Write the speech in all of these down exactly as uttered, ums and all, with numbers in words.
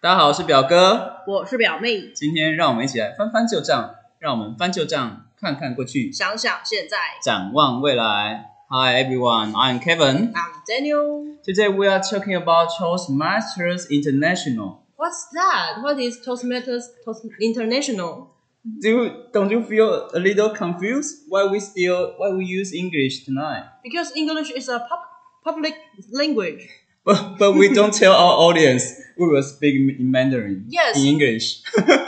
大家好，我是表哥， 我是表妹。 今天让我们一起来翻翻旧账，让我们翻旧账，看看过去， 想想现在， 展望未来。Hi everyone, I'm Kevin. I'm Daniel. Today we are talking about Toastmasters International. What's that? What is Toastmasters Toast International? Do you, don't you feel a little confused why we still why we use English tonight? Because English is a pub public language. But but we don't tell our audience we will speak in Mandarin. Yes. In English.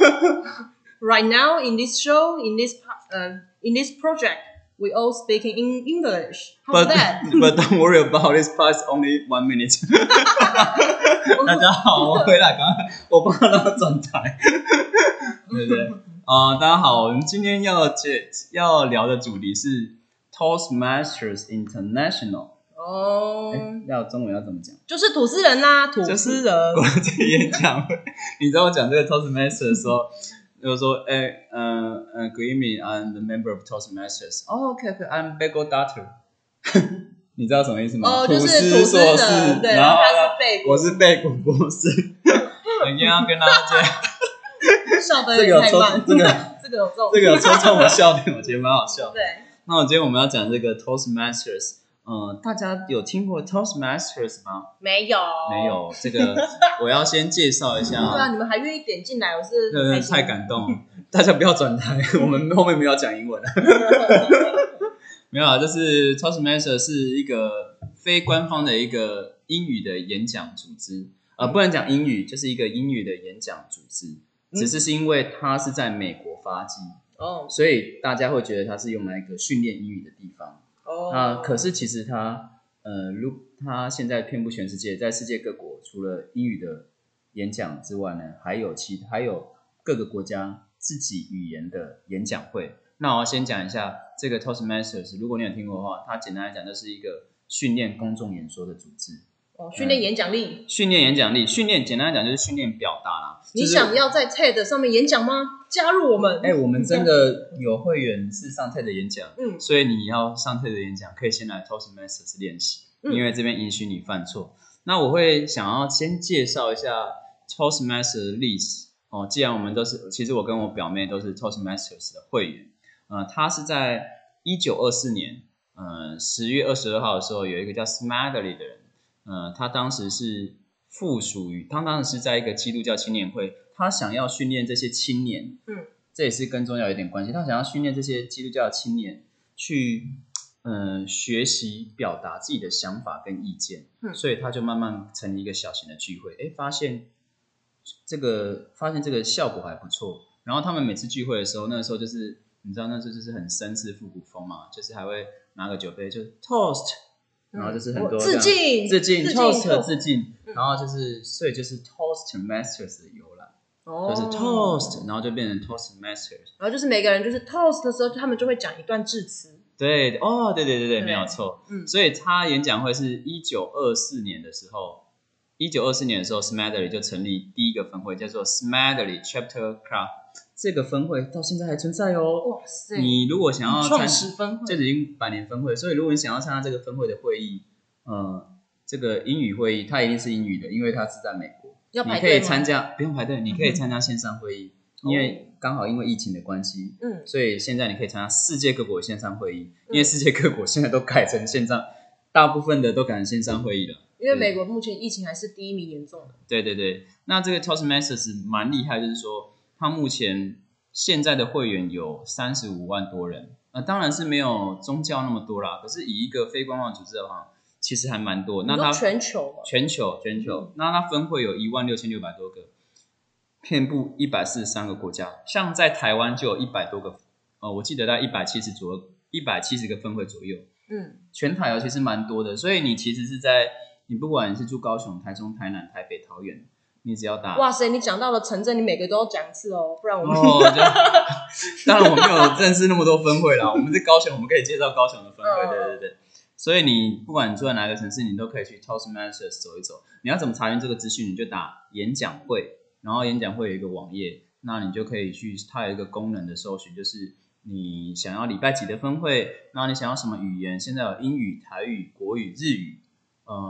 Right now, in this show, in this uh, in this project, we all speaking in English. How's But that? but don't worry about this part. It's only one minute. 大家好，我回来，刚刚我帮他转台，对不对？啊、呃，大家好，我们今天要介要聊的主题是 Toastmasters International。 哦、 哎，要中文要怎么讲？ 就是吐司人啦、啊，吐司人。 国际演讲会，你知道我讲这个 Toastmasters 的时候，就是说，哎，呃呃 ，Good evening, I'm the member of Toastmasters. Oh, okay, okay, I'm bagel daughter. 你知道什么意思吗？ 哦，就是吐司硕士， 对， 然后他是贝果， 我是贝果博士。我今天要跟大家讲， 笑得也太慢， 这个这个有这种， 这个有戳中我笑点，我觉得蛮好笑。 对， 那我今天我们要讲这个 Toastmasters。嗯，大家有听过 Toastmasters 吗？ 没有， 没有。这个我要先介绍一下。 对啊，你们还愿意点进来，我是对对，太感动了。大家不要转台，我们后面没有讲英文。没有啊，就是 Toastmasters 是一个非官方的一个英语的演讲组织，呃，不能讲英语，就是一个英语的演讲组织，只是是因为它是在美国发迹， 哦， 所以大家会觉得它是用来一个训练英语的地方。 哦， 啊，可是其实它，呃，如它现在遍布全世界，在世界各国，除了英语的演讲之外呢，还有其还有各个国家自己语言的演讲会。那我要先讲一下这个 Toastmasters， 如果你有听过的话，它简单来讲就是一个训练公众演说的组织。 哦，训练演讲力， 训练演讲力，训练简单来讲就是训练表达啦。 你想要在 T E D 上面演讲吗？加入我们！ 哎、欸，我们真的有会员是上 T E D 演讲， 嗯， 所以你要上 T E D 演讲，可以先来 Toastmasters 练习， 嗯， 因为这边允许你犯错。那我会想要先介绍一下 Toastmasters 的历史哦。既然我们都是，其实我跟我表妹都是 Toastmasters 的会员，呃，他是在一九二四年，呃，十月二十二号的时候，有一个叫 Smedley 的人。呃，他当时是附属于，他当时是在一个基督教青年会，他想要训练这些青年， 嗯， 这也是跟宗教有点关系，他想要训练这些基督教的青年去，呃，学习表达自己的想法跟意见， 嗯， 所以他就慢慢成立一个小型的聚会，哎，发现这个发现这个效果还不错，然后他们每次聚会的时候，那个时候就是你知道那时候就是很绅士复古风嘛，就是还会拿个酒杯就 toast。然后就是很多致敬致敬 toast 致敬， 嗯， 然后就是所以就是 Toastmasters 的由来， 哦， 就是 toast， 然后就变成 Toastmasters， 然后就是每个人就是 toast 的时候，他们就会讲一段致辞。 对，哦，对对对对，没有错， 嗯，所以他演讲会是一九二四年的时候，一九二四年的时候 ，Smedley 就成立第一个分会，叫做 Smedley Chapter Club。这个分会到现在还存在哦。 哇塞！ 你如果想要创始分会， 这已经百年分会，所以如果你想要参加这个分会的会议，呃，这个英语会议，它一定是英语的，因为它是在美国。 要排队吗？ 你可以参加，不用排队，你可以参加线上会议，嗯、因为刚好因为疫情的关系， 嗯， 所以现在你可以参加世界各国的线上会议，因为世界各国现在都改成线上，大部分的都改成线上会议了。 因为美国目前疫情还是第一名严重的。 对对对，那这个 Toastmasters 蛮厉害，就是说它目前现在的会员有三十五万多人，呃，当然是没有宗教那么多啦，可是以一个非官方组织的话，其实还蛮多。那它全球吗？ 全球全球，嗯、那它分会有一万六千六百多个，遍布一百四十三个国家，像在台湾就有一百多个，呃，我记得在一百七十左右，一百七十个分会左右。嗯，全台哦其实蛮多的，所以你其实是在你不管你是住高雄、台中、台南、台北、桃园。你只要打， 哇塞！你讲到了城镇，你每个都要讲一次哦，不然我们。 哦，当然我没有认识那么多分会啦。我们是高雄，我们可以介绍高雄的分会，嗯、对对对。所以你不管你住在哪个城市，你都可以去 Toastmasters 走一走。你要怎么查询这个资讯？你就打演讲会，然后演讲会有一个网页，那你就可以去，它有一个功能的搜寻，就是你想要礼拜几的分会，然后你想要什么语言？现在有英语、台语、国语、日语，呃。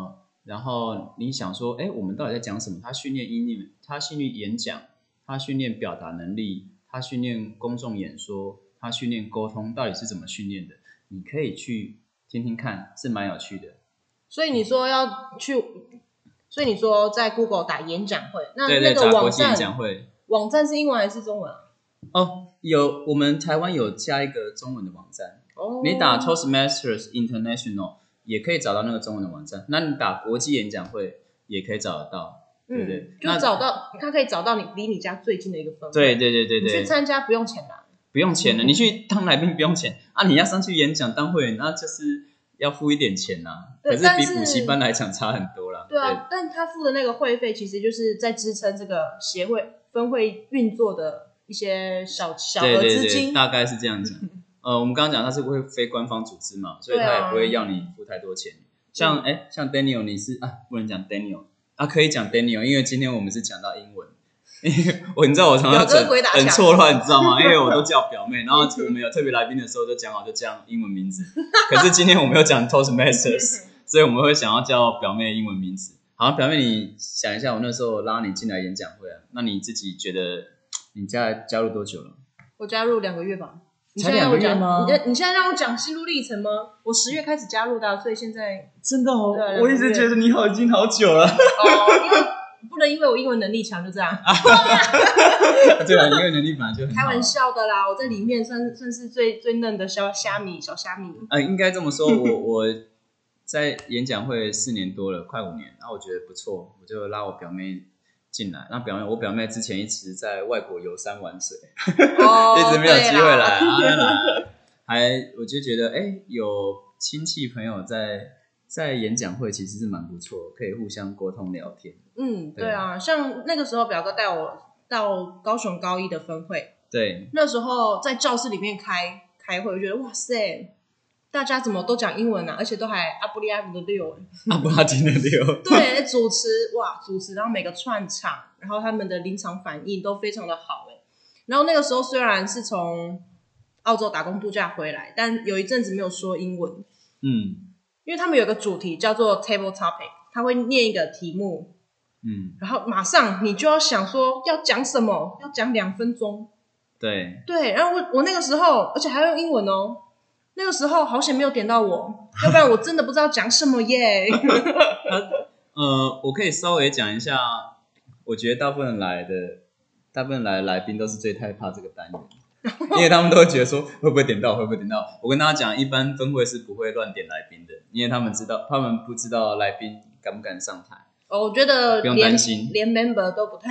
然后你想说，哎，我们到底在讲什么？他训练英语，他训练演讲，他训练表达能力，他训练公众演说，他训练沟通，到底是怎么训练的？你可以去听听看，是蛮有趣的。 所以你说要去，所以你说在 Google 打演讲会，那对对， 那个网国际演站讲会。 网站是英文还是中文啊？ 哦，有，我们台湾有加一个中文的网站， 哦， 你打 Toastmasters International 也可以找到那个中文的网站。那你打国际演讲会也可以找得到，对不对？ 嗯、就找到，它可以找到你离你家最近的一个分会。 对对对对对， 你去参加不用钱的、啊， 不用钱的，你去当来宾不用钱啊。你要上去演讲当会员，那就是要付一点钱呐、啊。可是比补习班来讲差很多啦。 对啊，对，但他付的那个会费，其实就是在支撑这个协会分会运作的一些小小额资金， 对对对，大概是这样讲。呃，我们刚刚讲它是会非官方组织嘛，所以他也不会要你付太多钱。啊、像哎，像 Daniel 你是啊，不能讲 Daniel 啊，可以讲 Daniel， 因为今天我们是讲到英文。因为我你知道我常常很很错乱，你知道吗？因为我都叫表妹，然后我们有特别来宾的时候就讲好就讲英文名字。可是今天我们有讲 Toastmasters， 所以我们会想要叫表妹英文名字。好，表妹你想一下，我那时候拉你进来演讲会啊，那你自己觉得你加加入多久了？ 我加入两个月吧。 才两个月吗？ 你你现在让我讲心路历程吗？我十月开始加入的，所以现在真的哦，我一直觉得你好已经好久了。 哦，因为不能因为我英文能力强就这样。 对啊，英文能力本来就很好。 开玩笑的啦，我在里面算算是最最嫩的小虾米，小虾米。 呃，应该这么说，我我在演讲会四年多了，快五年，然后我觉得不错，我就拉我表妹进来。那表妹，我表妹之前一直在外国游山玩水，哦、一直没有机会来啊。来还我就觉得，哎，有亲戚朋友在在演讲会其实是蛮不错，可以互相沟通聊天。 嗯，对啊，像那个时候表哥带我到高雄高一的分会， 对， 那时候在教室里面开开会，我觉得哇塞，大家怎么都讲英文啊，而且都还阿布利阿布的六， 阿布拉丁的六， 对，主持哇，主持，然后每个串场，然后他们的临场反应都非常的好哎。然后那个时候虽然是从澳洲打工度假回来，但有一阵子没有说英文， 嗯， 因为他们有个主题叫做 table topic， 他会念一个题目。嗯，然后马上你就要想说要讲什么，要讲两分钟。对对，然后我我那个时候，而且还要用英文哦。那个时候好险没有点到我，要不然我真的不知道讲什么耶。 呃，我可以稍微讲一下，我觉得大部分来的大部分来的来宾都是最害怕这个单元，因为他们都会觉得说会不会点到，会不会点到。我跟大家讲，一般分会是不会乱点来宾的，因为他们知道，他们不知道来宾敢不敢上台。 哦，我觉得不用担心， 连 member 都不太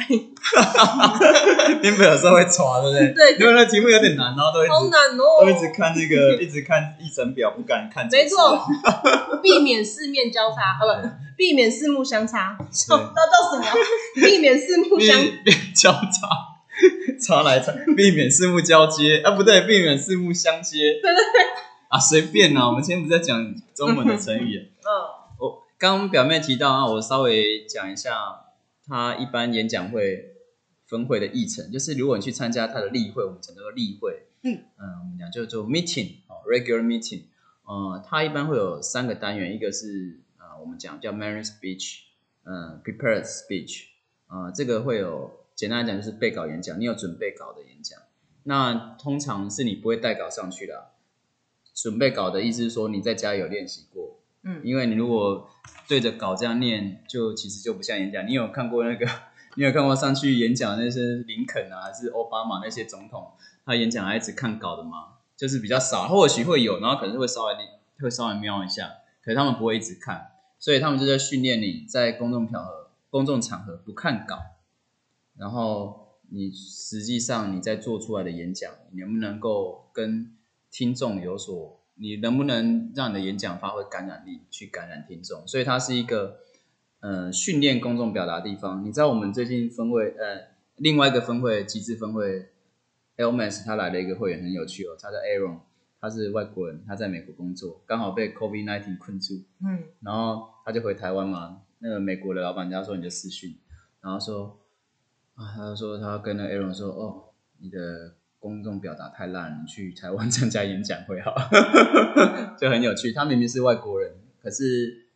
，member 有时候会抓，对不对？ 对， 因为那题目有点难，然后都一直好难哦， 都一直看那个，一直看议程表，不敢看。 没错，避免四面交叉，啊不，避免四目相差，那叫什么？避免四目相交叉，插来插，避免四目交接啊，不对，避免四目相接。对对对，啊，随便啊，我们今天不是在讲中文的成语。嗯。刚刚表妹提到啊，我稍微讲一下他一般演讲会分会的议程，就是如果你去参加他的例会，我们讲叫例会，嗯嗯，我们讲叫做 meeting 哦 ，regular meeting， 呃，它一般会有三个单元，一个是呃我们讲叫 main speech， 呃 prepared speech， 呃这个会有简单来讲就是备稿演讲，你有准备稿的演讲，那通常是你不会带稿上去的、啊，准备稿的意思是说你在家有练习过。嗯，因为你如果对着稿这样念，就其实就不像演讲。你有看过那个？你有看过上去演讲的那些林肯啊，还是奥巴马那些总统，他演讲还一直看稿的吗？就是比较少，或许会有，然后可能会稍微会稍微瞄一下，可是他们不会一直看，所以他们就在训练你在公众场合、公众场合不看稿，然后你实际上你在做出来的演讲，你能不能够跟听众有所。你能不能让你的演讲发挥感染力，去感染听众？所以它是一个呃训练公众表达的地方。你知道我们最近分会呃另外一个分会极致分会 L M S 他来了一个会员很有趣哦，他叫 Aaron， 他是外国人，他在美国工作，刚好被 COVID 十九 困住，嗯，然后他就回台湾嘛，那个美国的老板家说你的视讯，然后说啊，他就说他跟那个 Aaron 说哦，你的公众表达太烂，你去台湾参加演讲会好，就很有趣。他明明是外国人，可是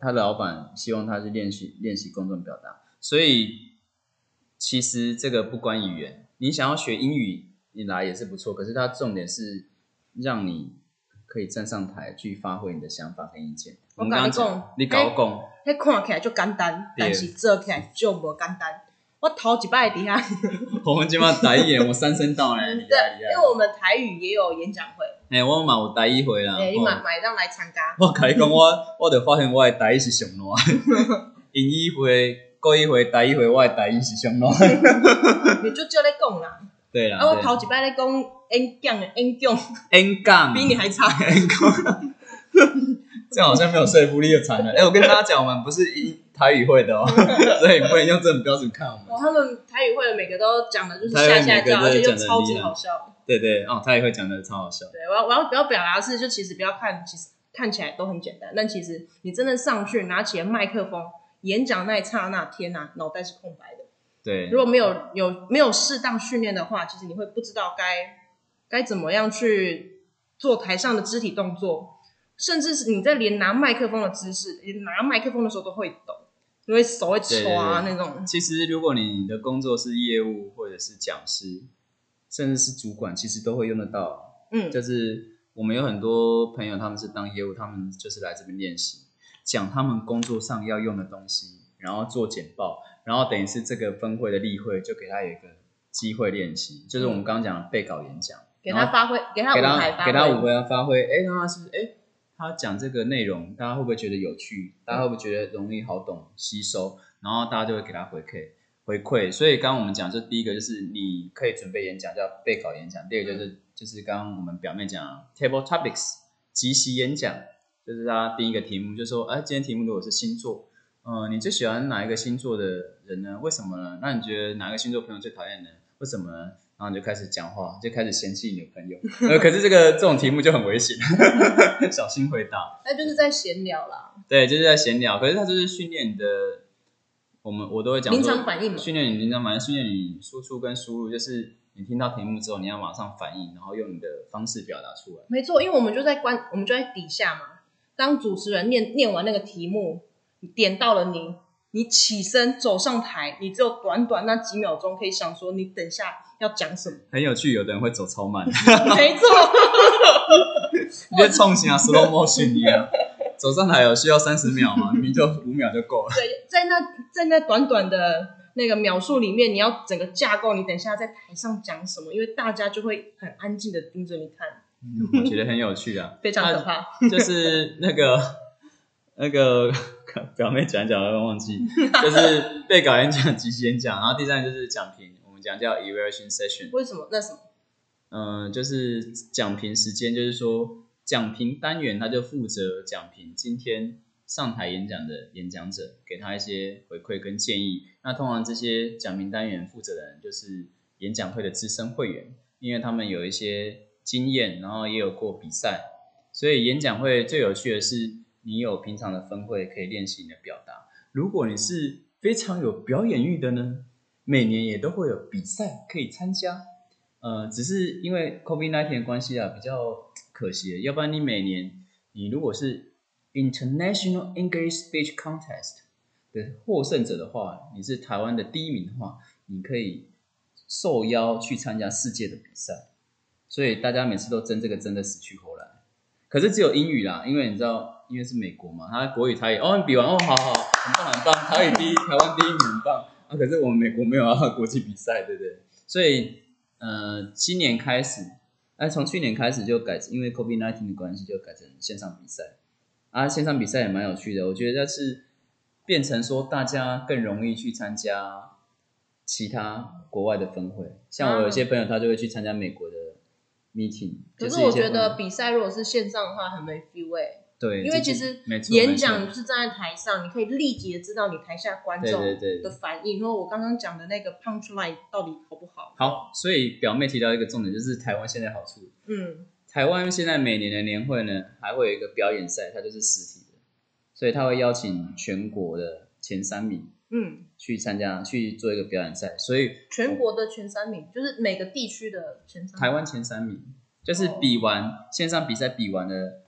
他的老板希望他去练习练习公众表达，所以其实这个不关语言，你想要学英语你来也是不错，可是它重点是让你可以站上台去发挥你的想法跟意见。 我跟你讲， 你跟我讲， 那看起来就简单，但是做起来就不简单。我头一摆底下， 我们今晚台语我三声道嘞， 对，因为我们台语也有演讲会。 哎、欸，我嘛有台语会啦。 哎、欸，你嘛嘛会当来参加。 我跟你讲，我我就发现我的台语是上烂，英语会、国语会、台语会，我的台语是上烂。 你就照咧讲啦。 对啦。 啊，我头一摆咧讲演讲的演讲， 演讲比你还差。 演讲。这样好像没有说服力就惨了。哎、欸，我跟大家讲，我们不是台语会的哦，所以不能用这种标准看我们。 哦，他们台语会的每个都讲的就是下下叫，而且就超级好笑。 对对，哦，台语会讲的超好笑。 对，我要我要不要表达的是，就其实不要看，其实看起来都很简单，但其实你真的上去拿起了麦克风，演讲那一刹那，天哪，脑袋是空白的。 对， 如果没有有没有适当训练的话，其实你会不知道该该怎么样去做台上的肢体动作。甚至是你在连拿麦克风的姿势，连拿麦克风的时候都会抖，因为手会抓那种。 其实如果你的工作是业务或者是讲师，甚至是主管，其实都会用得到。嗯，就是我们有很多朋友，他们是当业务，他们就是来这边练习，讲他们工作上要用的东西，然后做简报，然后等于是这个分会的例会就给他有一个机会练习，就是我们刚刚讲的备稿演讲， 给他发挥，给他舞台发挥， 给他舞台发挥。哎，他是哎。他讲这个内容，大家会不会觉得有趣？大家会不会觉得容易好懂吸收？然后大家就会给他回馈回馈。所以刚刚我们讲，就第一个就是你可以准备演讲，叫备稿演讲；第二个就是、嗯、就是刚刚我们表面讲 table topics 即席演讲，就是他第一个题目就说，哎，今天题目如果是星座，呃，你最喜欢哪一个星座的人呢？为什么呢？那你觉得哪个星座朋友最讨厌呢？为什么呢？然后你就开始讲话，就开始嫌弃你的朋友。呃，可是这个这种题目就很危险，小心回答。 那就是在闲聊啦。 对，就是在闲聊。可是它就是训练你的，我们我都会讲说， 临场反应嘛。 训练你临场反应，训练你输出跟输入，就是你听到题目之后，你要马上反应，然后用你的方式表达出来。 没错，因为我们就在关，我们就在底下嘛。当主持人念念完那个题目，点到了你。你起身走上台，你只有短短那几秒钟可以想说你等下要讲什么。 很有趣，有的人会走超慢。 没错。 你在冲型啊 ，slow motion 一样。走上台有需要三十秒吗？你就五秒就够了。 对，在那在那短短的那个秒数里面，你要整个架构，你等下在台上讲什么，因为大家就会很安静的盯着你看。 嗯、我觉得很有趣啊， 非常可怕。 就是那个那个。表妹讲讲了忘记，就是备稿演讲、即席演讲，然后第三个就是讲评，我们讲叫 evaluation session。 为什么？那什么？ 嗯、呃，就是讲评时间，就是说讲评单元他就负责讲评今天上台演讲的演讲者，给他一些回馈跟建议。那通常这些讲评单元负责的人就是演讲会的资深会员，因为他们有一些经验，然后也有过比赛，所以演讲会最有趣的是。你有平常的分会可以练习你的表达。如果你是非常有表演欲的呢，每年也都会有比赛可以参加。呃，只是因为 COVID 十九 的关系啊，比较可惜了。要不然你每年你如果是 International English Speech Contest 的获胜者的话，你是台湾的第一名的话，你可以受邀去参加世界的比赛。所以大家每次都争这个争得死去活来。可是只有英语啦，因为你知道，因为是美国嘛，他国语台语哦，你比完哦，好好，很棒很棒，台语第一，台湾第一名很棒啊。可是我们美国没有要国际比赛，对不对？所以呃，今年开始，哎、呃，从去年开始就改，因为 COVID 十九 的关系，就改成线上比赛啊。线上比赛也蛮有趣的，我觉得是变成说大家更容易去参加其他国外的分会，像我有些朋友他就会去参加美国的。meeting， 可是我觉得比赛如果是线上的话很没 feel 哎、欸， 对， 因为其实演讲是站在台上，你可以立即的知道你台下观众的反应，说我刚刚讲的那个 punchline 到底好不好？ 好，所以表妹提到一个重点，就是台湾现在好处，嗯，台湾现在每年的年会呢，还会有一个表演赛，它就是实体的，所以他会邀请全国的前三名。嗯，去参加去做一个表演赛，所以全国的前三名就是每个地区的前三名。 台湾前三名就是比完、哦、线上比赛比完了，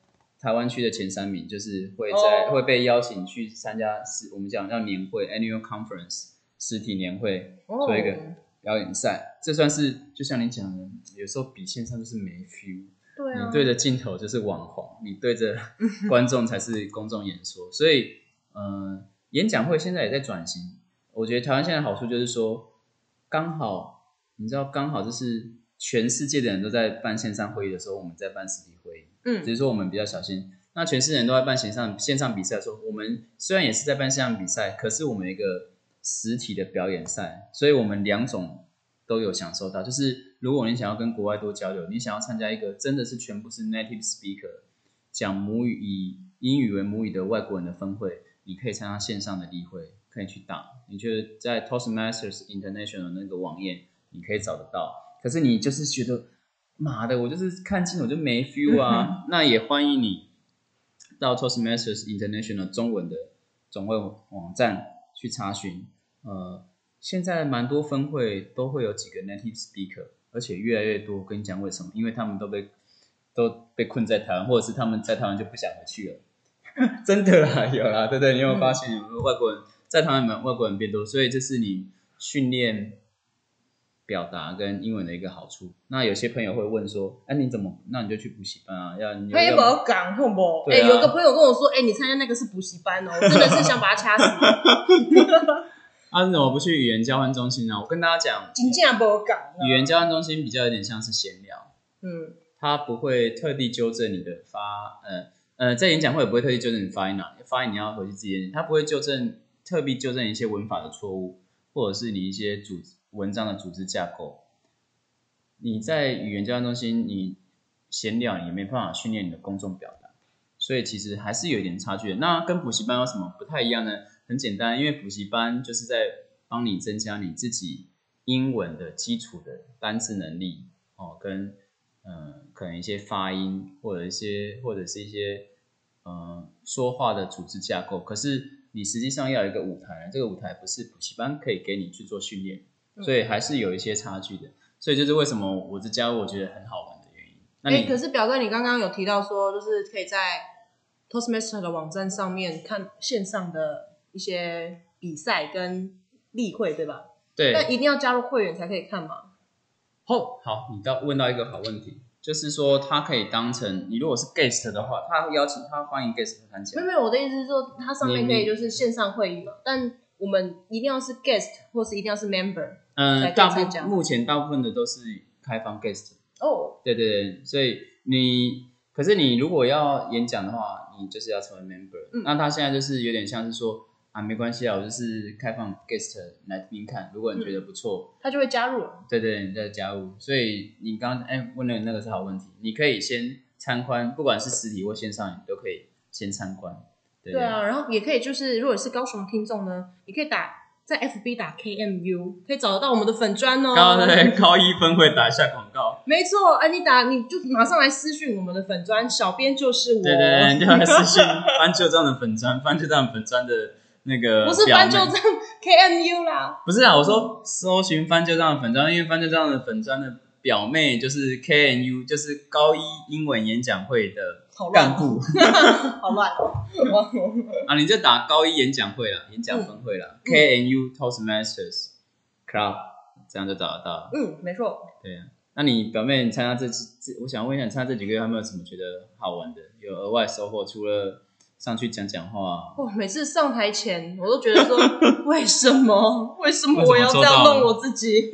台湾区的前三名，就是会在、oh. 会被邀请去参加我们讲叫年会 annual conference 实体年会，做一个表演赛。这算是就像你讲的，有时候比线上就是没 feel。对啊，你对着镜头就是网红，你对着观众才是公众演说。所以，呃，演讲会现在也在转型。我觉得台湾现在的好处就是说，刚好你知道，刚好就是全世界的人都在办线上会议的时候，我们在办实体会议。嗯，只是说我们比较小心。那全世界人都在办线上线上比赛的时候，我们虽然也是在办线上比赛，可是我们有一个实体的表演赛，所以我们两种都有享受到。就是如果你想要跟国外多交流，你想要参加一个真的是全部是 native speaker 讲母语以英语为母语的外国人的分会，你可以参加线上的例会，可以去打。你觉得在 Toastmasters International 那个网页你可以找得到。可是你就是觉得妈的，我就是看清我就没 feel 啊。那也欢迎你到 Toastmasters International 中文的总会网站去查询。呃，现在蛮多分会都会有几个 native speaker， 而且越来越多。我跟你讲为什么？因为他们都被都被困在台湾，或者是他们在台湾就不想回去了。真的啦，有啦，对不对？你有没有发现有外国人在台湾，外国人变多，所以这是你训练表达跟英文的一个好处。那有些朋友会问说，哎、啊，你怎么？那你就去补习班啊？要你有没有讲，好不好？哎、啊欸，有个朋友跟我说，哎、欸，你参加那个是补习班哦，我真的是想把他掐死。 啊，你怎么不去语言交换中心呢？我跟大家讲， 真正没讲。 语言交换中心比较有点像是闲聊，嗯，他不会特地纠正你的发，呃呃，在演讲会也不会特地纠正你发音啊，发音你要回去自己练，他不会纠正特地纠正一些文法的错误，或者是你一些组文章的组织架构。你在语言交换中心，你闲聊也没办法训练你的公众表达，所以其实还是有一点差距的。那跟补习班有什么不太一样呢？很简单，因为补习班就是在帮你增加你自己英文的基础的单字能力哦，跟呃可能一些发音或者一些或者是一些呃说话的组织架构。可是你实际上要有一个舞台，这个舞台不是补习班可以给你去做训练，所以还是有一些差距的。所以就是为什么我这加入我觉得很好玩的原因。那你、 欸、可是表哥，你刚刚有提到说，就是可以在 Toastmaster 的网站上面看线上的一些比赛跟例会，对吧？ 对。 但一定要加入会员才可以看吗？ 好，好，你到问到一个好问题，就是说它可以当成你如果是 guest 的话，他会邀请他欢迎 guest 参加。 没有没有，我的意思是说，它上面可以就是线上会议嘛，但我们一定要是 guest 或是一定要是 member。 嗯，大部目前大部分的都是开放 guest。哦，对对对，所以你可是你如果要演讲的话，你就是要成为 member。嗯，那他现在就是有点像是说啊，没关系啊，我就是开放 guest 来听看，如果你觉得不错， 嗯、他就会加入。 对对，你再加入。所以你刚刚哎问的那个是好问题，你可以先参观，不管是实体或线上，你都可以先参观。对, 对啊，然后也可以就是如果是高雄听众呢，你可以打。在 F B 打 K M U 可以找得到我们的粉专哦。 高对高一分会打一下广告。 没错，哎，你打你就马上来私讯我们的粉专，小编就是我。 对对对，你就来私讯翻旧账的粉专，翻旧账粉专的那个。 不是翻旧账 K M U 啦。 不是啊，我说搜寻翻旧账的粉专，因为翻旧账的粉专的表妹就是 K M U， 就是高一英文演讲会的干部。 好乱哦。 啊，你就打高一演讲会啦，演讲分会啦、嗯、，K N U Toastmasters Club， 这样就找得到。 嗯，没错。 对啊，那你表妹你参加这这，我想问一下，你参加这几个月有没有什么觉得好玩的，有额外收获？除了上去讲讲话， 哦，每次上台前我都觉得说，为什么？为什么我要这样弄我自己？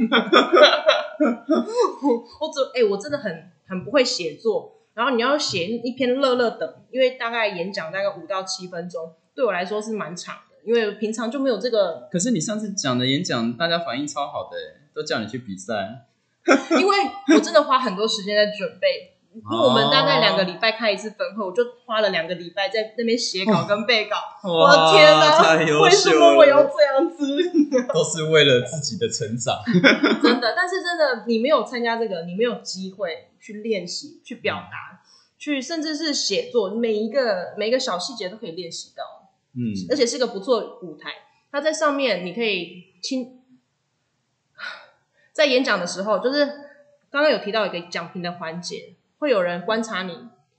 我只哎、欸，我真的很很不会写作。然后你要写一篇乐乐等，因为大概演讲大概五到七分钟，对我来说是蛮长的，因为平常就没有这个。 可是你上次讲的演讲，大家反应超好的，都叫你去比赛。 因为我真的花很多时间在准备，因为我们大概两个礼拜开一次分会，我就花了两个礼拜在那边写稿跟背稿。我的天哪，为什么我要这样子？ 都是为了自己的成长。 真的，但是真的，你没有参加这个，你没有机会去练习、去表达、嗯、去甚至是写作，每一个每一个小细节都可以练习到。嗯，而且是一个不错舞台。它在上面你可以亲。在演讲的时候，就是刚刚有提到一个讲评的环节，会有人观察你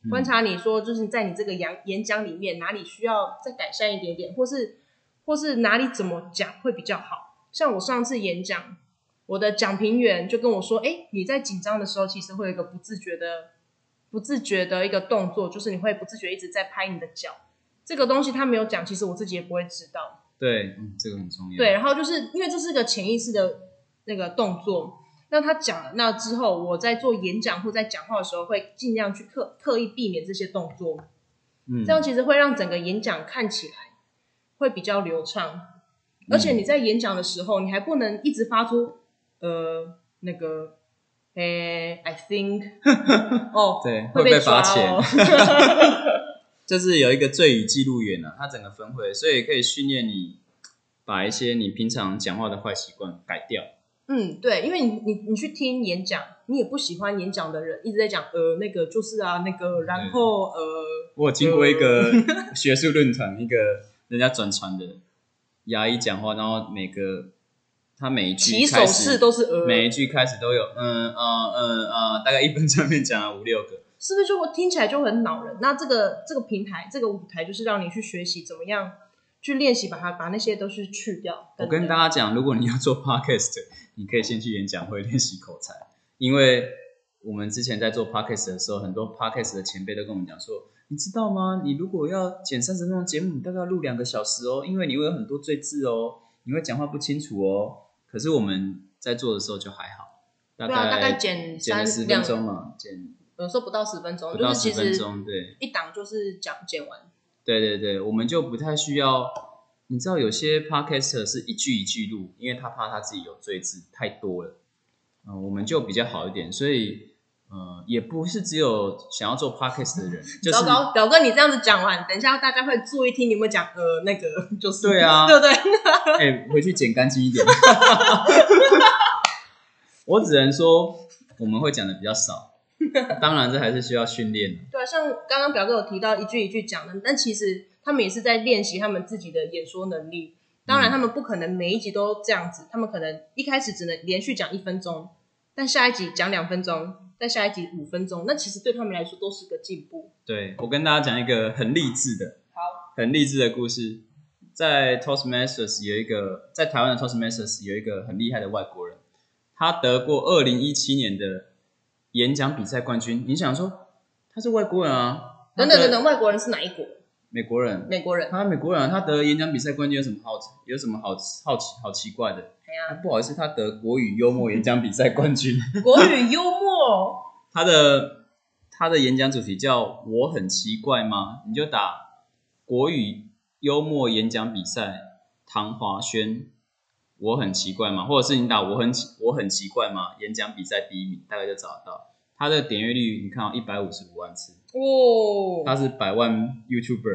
嗯、观察你说就是在你这个演演讲里面哪里需要再改善一点点，或是或是哪里怎么讲会比较好。像我上次演讲，我的讲评员就跟我说，哎，你在紧张的时候其实会有一个不自觉的不自觉的一个动作，就是你会不自觉一直在拍你的脚。这个东西他没有讲，其实我自己也不会知道。 对，嗯，这个很重要。 对，然后就是因为这是个潜意识的那个动作，那他讲了那之后，我在做演讲或在讲话的时候，会尽量去刻刻意避免这些动作。嗯，这样其实会让整个演讲看起来会比较流畅。而且你在演讲的时候，你还不能一直发出呃那个诶 I think 哦， 对， 会被罚钱。就是有一个醉语记录员啊，他整个分会，所以可以训练你把一些你平常讲话的坏习惯改掉。 嗯，对，因为你你你去听演讲，你也不喜欢演讲的人一直在讲呃那个就是啊那个，然后呃， 我有经过一个学术论坛，一个人家转传的牙医讲话，然后每个他每一句起手式都是呃， 每一句开始都有嗯嗯嗯嗯，大概一分钟面讲了五六个。 是不是就听起来就很恼人？那这个这个平台这个舞台就是让你去学习怎么样去练习把它把那些都是去掉。 我跟大家讲，如果你要做 podcast， 你可以先去演讲会练习口才，因为我们之前在做 podcast 的时候，很多 podcast 的前辈都跟我们讲说，你知道吗？你如果要剪三十分钟节目，你大概要录两个小时哦，因为你会有很多赘字哦，你会讲话不清楚哦。可是我们在做的时候就还好，大概、 啊、大概剪剪了十分钟嘛，剪。 有时候不到十分钟， 不到十分钟，对， 一档就是讲剪完。 对对对，我们就不太需要。你知道有些 podcaster 是一句一句录，因为他怕他自己有赘字太多了，呃，我们就比较好一点，所以呃，也不是只有想要做 podcast 的人。就是、 糟糕，表哥你这样子讲完，等一下大家会注意听你们讲呃那个就是。 对啊， 对不对？ 哎、欸，回去剪干净一点。我只能说我们会讲的比较少。当然这还是需要训练的。 对啊，像刚刚表哥有提到一句一句讲的，但其实他们也是在练习他们自己的演说能力。当然他们不可能每一集都这样子，他们可能一开始只能连续讲一分钟，但下一集讲两分钟，再下一集五分钟，那其实对他们来说都是个进步。 对，我跟大家讲一个很励志的好很励志的故事。在 Toastmasters 有一个在台湾的 Toastmasters 有一个很厉害的外国人，他得过二零一七年的演讲比赛冠军。你想说他是外国人啊？ 等等等等，外国人是哪一国？ 美国人。 美国人。 他美国人、啊，他得演讲比赛冠军有什么好有什么好好奇好奇怪的？ 哎呀， 不好意思，他得国语幽默演讲比赛冠军。 国语幽默。 他的他的演讲主题叫我很奇怪吗？你就打国语幽默演讲比赛唐华轩。我很奇怪吗？或者是你打我很我很奇怪吗？演讲比赛第一名，大概就找得到。他的点阅率你看到一百五十五万次哦， 他是百万 YouTuber。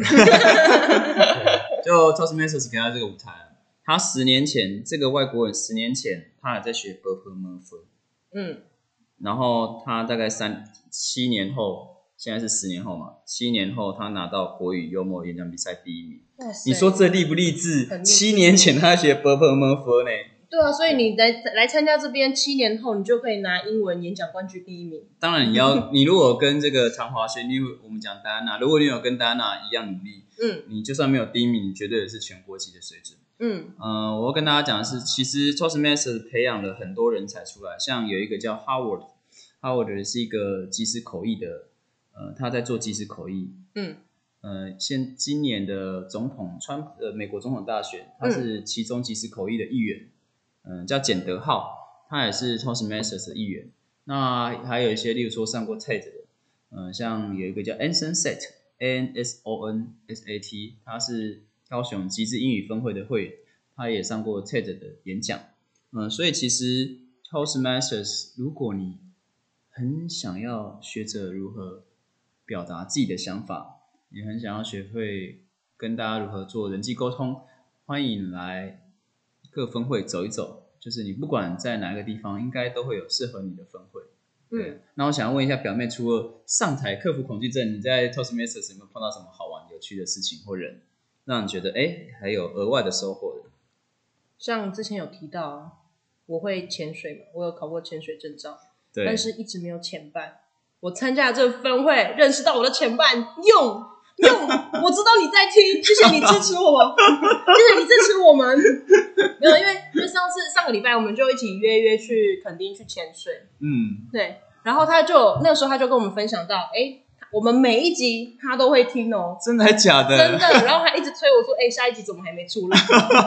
就 Toastmasters 给他这个舞台，他十年前这个外国人十年前他还在学 b u r p l e m u r p h 嗯，然后他大概三七年后，现在是十年后嘛，七年后他拿到国语幽默演讲比赛第一名。你说这励不励志？七年前他学 b u r p l e m u r p h 呢？ 对啊，所以你来来参加这边，七年后你就可以拿英文演讲冠军第一名。 当然你要，你如果跟这个唐华轩，因为我们讲戴安娜，如果你有跟戴安娜一样努力，嗯，你就算没有第一名，你绝对也是全国级的水准。嗯，呃，我要跟大家讲的是，其实 Toastmasters 培养了很多人才出来，像有一个叫 Howard，Howard 是一个即时口译的，呃，他在做即时口译。嗯。呃，现今年的总统川普呃美国总统大选，他是其中即时口译的议员。嗯，叫简德浩，他也是 Toastmasters 的一员。那还有一些，例如说上过 T E D 的，嗯，像有一个叫 Anson Sat，A N S O N S A T， 他是高雄极致英语分会的会员，他也上过 T E D 的演讲。嗯，所以其实 Toastmasters， 如果你很想要学着如何表达自己的想法，也很想要学会跟大家如何做人际沟通，欢迎来各分会走一走，就是你不管在哪个地方，应该都会有适合你的分会。嗯，那我想要问一下表妹，除了上台克服恐惧症，你在 Toastmasters 有没有碰到什么好玩、有趣的事情或人，让你觉得哎还有额外的收获的？ 像之前有提到，我会潜水嘛，我有考过潜水证照， 对， 但是一直没有潜伴。 我参加这个分会，认识到我的前伴，用用，我知道你在听，谢谢你支持我，谢谢你支持我们。没有，因为因为上次上个礼拜我们就一起约约去垦丁去潜水，嗯，对，然后他就那个时候他就跟我们分享到，哎。我们每一集他都会听哦， 真的还假的？ 真的，然后他一直催我说：“哎、欸，下一集怎么还没出来？”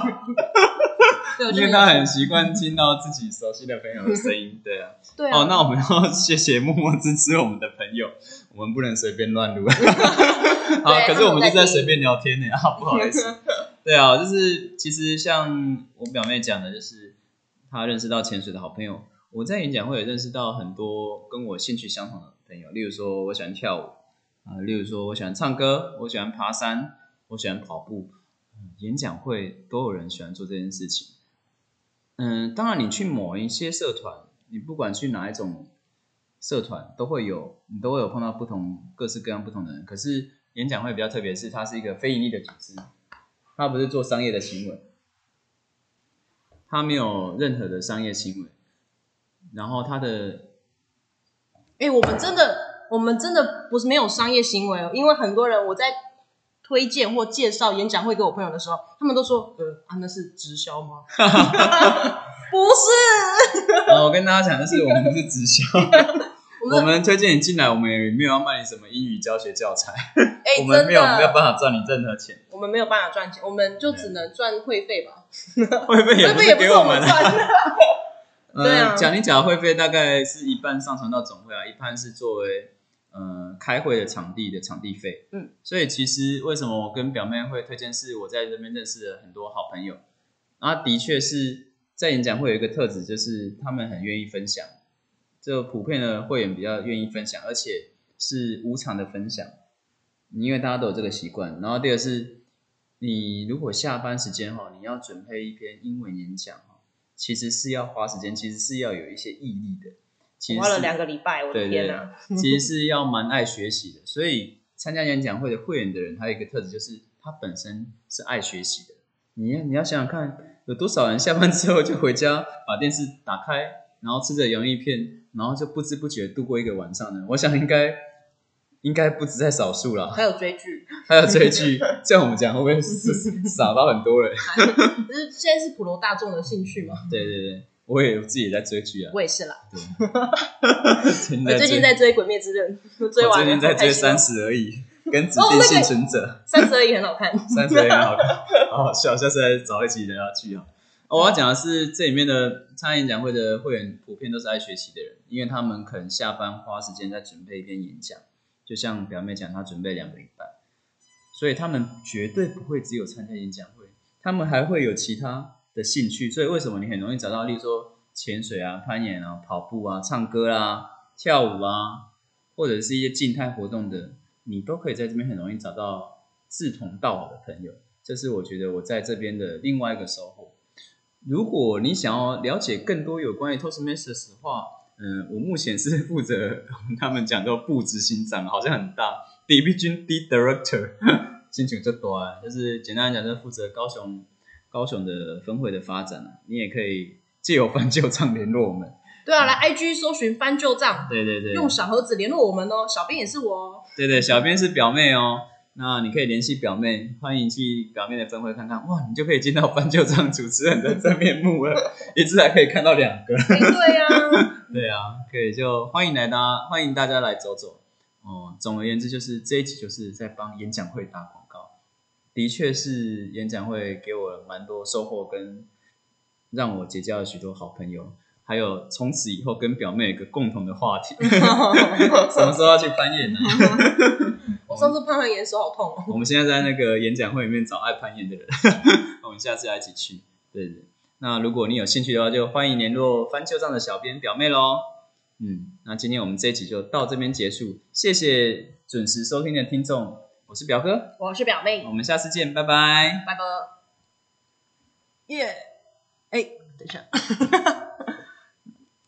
因为他很习惯听到自己熟悉的朋友的声音，对啊。 对啊。 哦，那我们要谢谢默默支持我们的朋友，我们不能随便乱录。好，可是我们就在随便聊天呢，啊，不好意思。对啊，就是其实像我表妹讲的，就是她认识到潜水的好朋友。我在演讲会也认识到很多跟我兴趣相同的朋友，例如说我喜欢跳舞啊、呃，例如说我喜欢唱歌，我喜欢爬山，我喜欢跑步。嗯、演讲会都有人喜欢做这件事情。嗯，当然你去某一些社团，你不管去哪一种社团，都会有你都会有碰到不同各式各样不同的人。可是演讲会比较特别，是它是一个非盈利的组织，它不是做商业的行为，它没有任何的商业行为。然后他的， 哎、欸，我们真的，我们真的不是没有商业行为哦，因为很多人我在推荐或介绍演讲会给我朋友的时候，他们都说，呃，啊，那是直销吗？不是。 啊，我跟大家讲的是，我们不是直销，我, 我们推荐你进来，我们也没有要卖你什么英语教学教材，欸、我们没有没有办法赚你任何钱， 我们没有办法赚钱，我们就只能赚会费吧。 会费也不是给我们赚。 呃，讲你讲的会费大概是一半上传到总会啊，一半是作为呃开会的场地的场地费。嗯，所以其实为什么我跟表妹会推荐，是我在这边认识了很多好朋友，啊，的确是在演讲会有一个特质，就是他们很愿意分享，就普遍的会员比较愿意分享，而且是无偿的分享，因为大家都有这个习惯。然后第二是，你如果下班时间哈，你要准备一篇英文演讲。其实是要花时间，其实是要有一些毅力的。其实花了两个礼拜，我的天哪！ 对对，其实是要蛮爱学习的。所以参加演讲会的会员的人，还有一个特质就是他本身是爱学习的。你你要想想看，有多少人下班之后就回家把电视打开，然后吃着洋芋片，然后就不知不觉度过一个晚上呢？我想应该应该不止在少数啦。 还有追剧， 还有追剧，这样我们讲会不会傻到很多人？ 就是现在是普罗大众的兴趣嘛。 对对对，我也自己也在追剧啊。 我也是啦。 对我最近在追《鬼灭之刃》，追完了。 我最近在追《三十而已》跟《指定幸存者》。 三十而已很好看， 三十而已很好看，好好笑。下次来找一集聊聊剧啊。我要讲的是，这里面的参加演讲会的会员普遍都是爱学习的人，因为他们可能下班花时间在准备一篇演讲。就像表妹讲，她准备两个礼拜，所以他们绝对不会只有参加演讲会，他们还会有其他的兴趣。所以为什么你很容易找到，例如说潜水啊、攀岩啊、跑步啊、唱歌啊、跳舞啊，或者是一些静态活动的，你都可以在这边很容易找到志同道合的朋友。这是我觉得我在这边的另外一个收获。如果你想要了解更多有关于 Toastmasters 的话，嗯，我目前是负责他们讲到部执行长，好像很大 ，Division D Director， 心情就大，就是简单来讲，就是负责高雄高雄的分会的发展。你也可以借由翻旧账联络我们。 对啊，来 I G 搜寻翻旧账， 对对对， 用小盒子联络我们哦。小编也是我哦。 对对，小编是表妹哦。那你可以联系表妹，欢迎去表妹的分会看看，哇，你就可以见到翻旧账主持人的真面目了，一次还可以看到两个。 对啊， 对啊，可以就欢迎来大欢迎大家来走走。哦，总而言之，就是这一集就是在帮演讲会打广告，的确是演讲会给我蛮多收获，跟让我结交了许多好朋友，还有从此以后跟表妹有一个共同的话题。什么时候要去攀岩呢？ 我上次攀完岩手好痛哦。 我们现在在那个演讲会里面找爱攀岩的人，我们下次要一起去。对对，那如果你有兴趣的话，就欢迎联络翻旧账的小编表妹咯。嗯，那今天我们这一集就到这边结束，谢谢准时收听的听众，我是表哥， 我是表妹， 我们下次见，拜拜， 拜拜。耶，哎，等一下。